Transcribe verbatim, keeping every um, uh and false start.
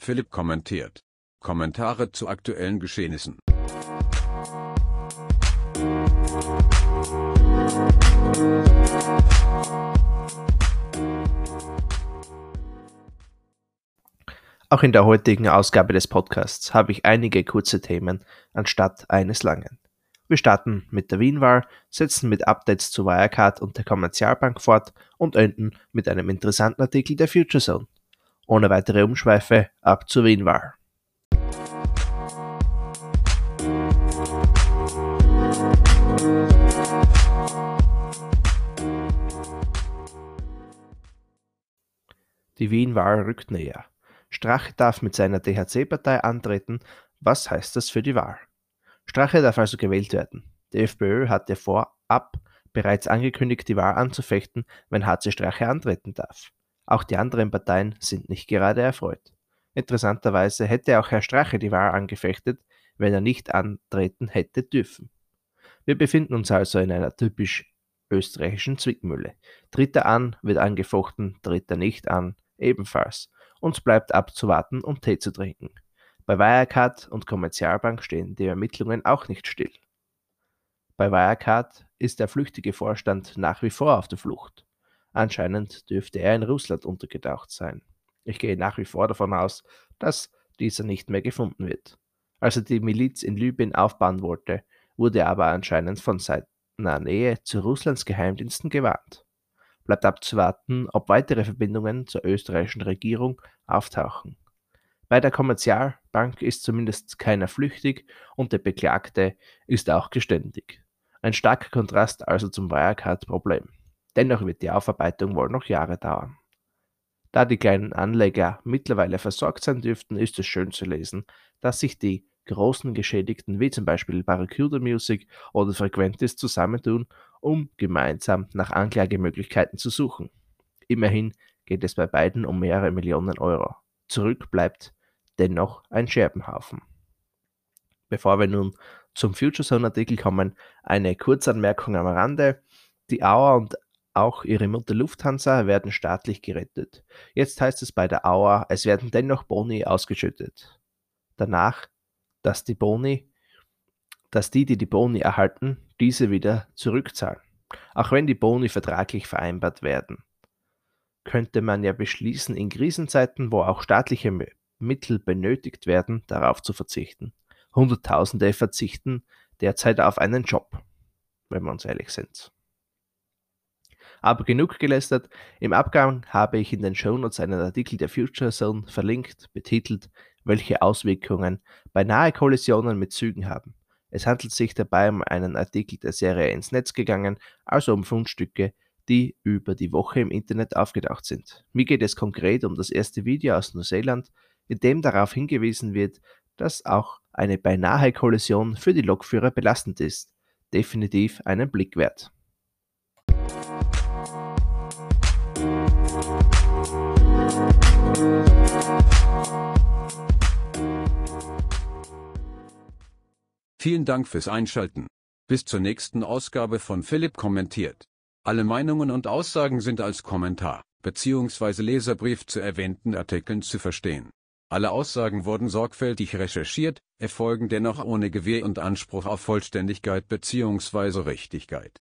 Philipp kommentiert. Kommentare zu aktuellen Geschehnissen. Auch in der heutigen Ausgabe des Podcasts habe ich einige kurze Themen anstatt eines langen. Wir starten mit der Wien-Wahl, setzen mit Updates zu Wirecard und der Kommerzialbank fort und enden mit einem interessanten Artikel der Future Zone. Ohne weitere Umschweife, ab zur Wien-Wahl. Die Wien-Wahl rückt näher. Strache darf mit seiner T H C-Partei antreten. Was heißt das für die Wahl? Strache darf also gewählt werden. Die FPÖ hatte vorab bereits angekündigt, die Wahl anzufechten, wenn H C Strache antreten darf. Auch die anderen Parteien sind nicht gerade erfreut. Interessanterweise hätte auch Herr Strache die Wahl angefechtet, wenn er nicht antreten hätte dürfen. Wir befinden uns also in einer typisch österreichischen Zwickmühle. Tritt er an, wird angefochten, tritt er nicht an, ebenfalls. Uns bleibt abzuwarten und Tee zu trinken. Bei Wirecard und Kommerzialbank stehen die Ermittlungen auch nicht still. Bei Wirecard ist der flüchtige Vorstand nach wie vor auf der Flucht. Anscheinend dürfte er in Russland untergetaucht sein. Ich gehe nach wie vor davon aus, dass dieser nicht mehr gefunden wird. Als er die Miliz in Libyen aufbauen wollte, wurde er aber anscheinend von seiner Nähe zu Russlands Geheimdiensten gewarnt. Bleibt abzuwarten, ob weitere Verbindungen zur österreichischen Regierung auftauchen. Bei der Kommerzialbank ist zumindest keiner flüchtig und der Beklagte ist auch geständig. Ein starker Kontrast also zum Wirecard-Problem. Dennoch wird die Aufarbeitung wohl noch Jahre dauern. Da die kleinen Anleger mittlerweile versorgt sein dürften, ist es schön zu lesen, dass sich die großen Geschädigten wie zum Beispiel Barracuda Music oder Frequentis zusammentun, um gemeinsam nach Anklagemöglichkeiten zu suchen. Immerhin geht es bei beiden um mehrere Millionen Euro. Zurück bleibt dennoch ein Scherbenhaufen. Bevor wir nun zum Future Zone Artikel kommen, eine Kurzanmerkung am Rande. Die Auer und auch ihre Mutter Lufthansa werden staatlich gerettet. Jetzt heißt es bei der Auer, es werden dennoch Boni ausgeschüttet. Danach, dass die Boni, dass die, die die Boni erhalten, diese wieder zurückzahlen. Auch wenn die Boni vertraglich vereinbart werden, könnte man ja beschließen, in Krisenzeiten, wo auch staatliche Mittel benötigt werden, darauf zu verzichten. Hunderttausende verzichten derzeit auf einen Job, wenn wir uns ehrlich sind. Aber genug gelästert. Im Abgang habe ich in den Shownotes einen Artikel der Future Zone verlinkt, betitelt, welche Auswirkungen beinahe Kollisionen mit Zügen haben. Es handelt sich dabei um einen Artikel der Serie ins Netz gegangen, also um Fundstücke, die über die Woche im Internet aufgetaucht sind. Mir geht es konkret um das erste Video aus Neuseeland, in dem darauf hingewiesen wird, dass auch eine beinahe Kollision für die Lokführer belastend ist. Definitiv einen Blick wert. Vielen Dank fürs Einschalten. Bis zur nächsten Ausgabe von Philipp kommentiert. Alle Meinungen und Aussagen sind als Kommentar bzw. Leserbrief zu erwähnten Artikeln zu verstehen. Alle Aussagen wurden sorgfältig recherchiert, erfolgen dennoch ohne Gewähr und Anspruch auf Vollständigkeit bzw. Richtigkeit.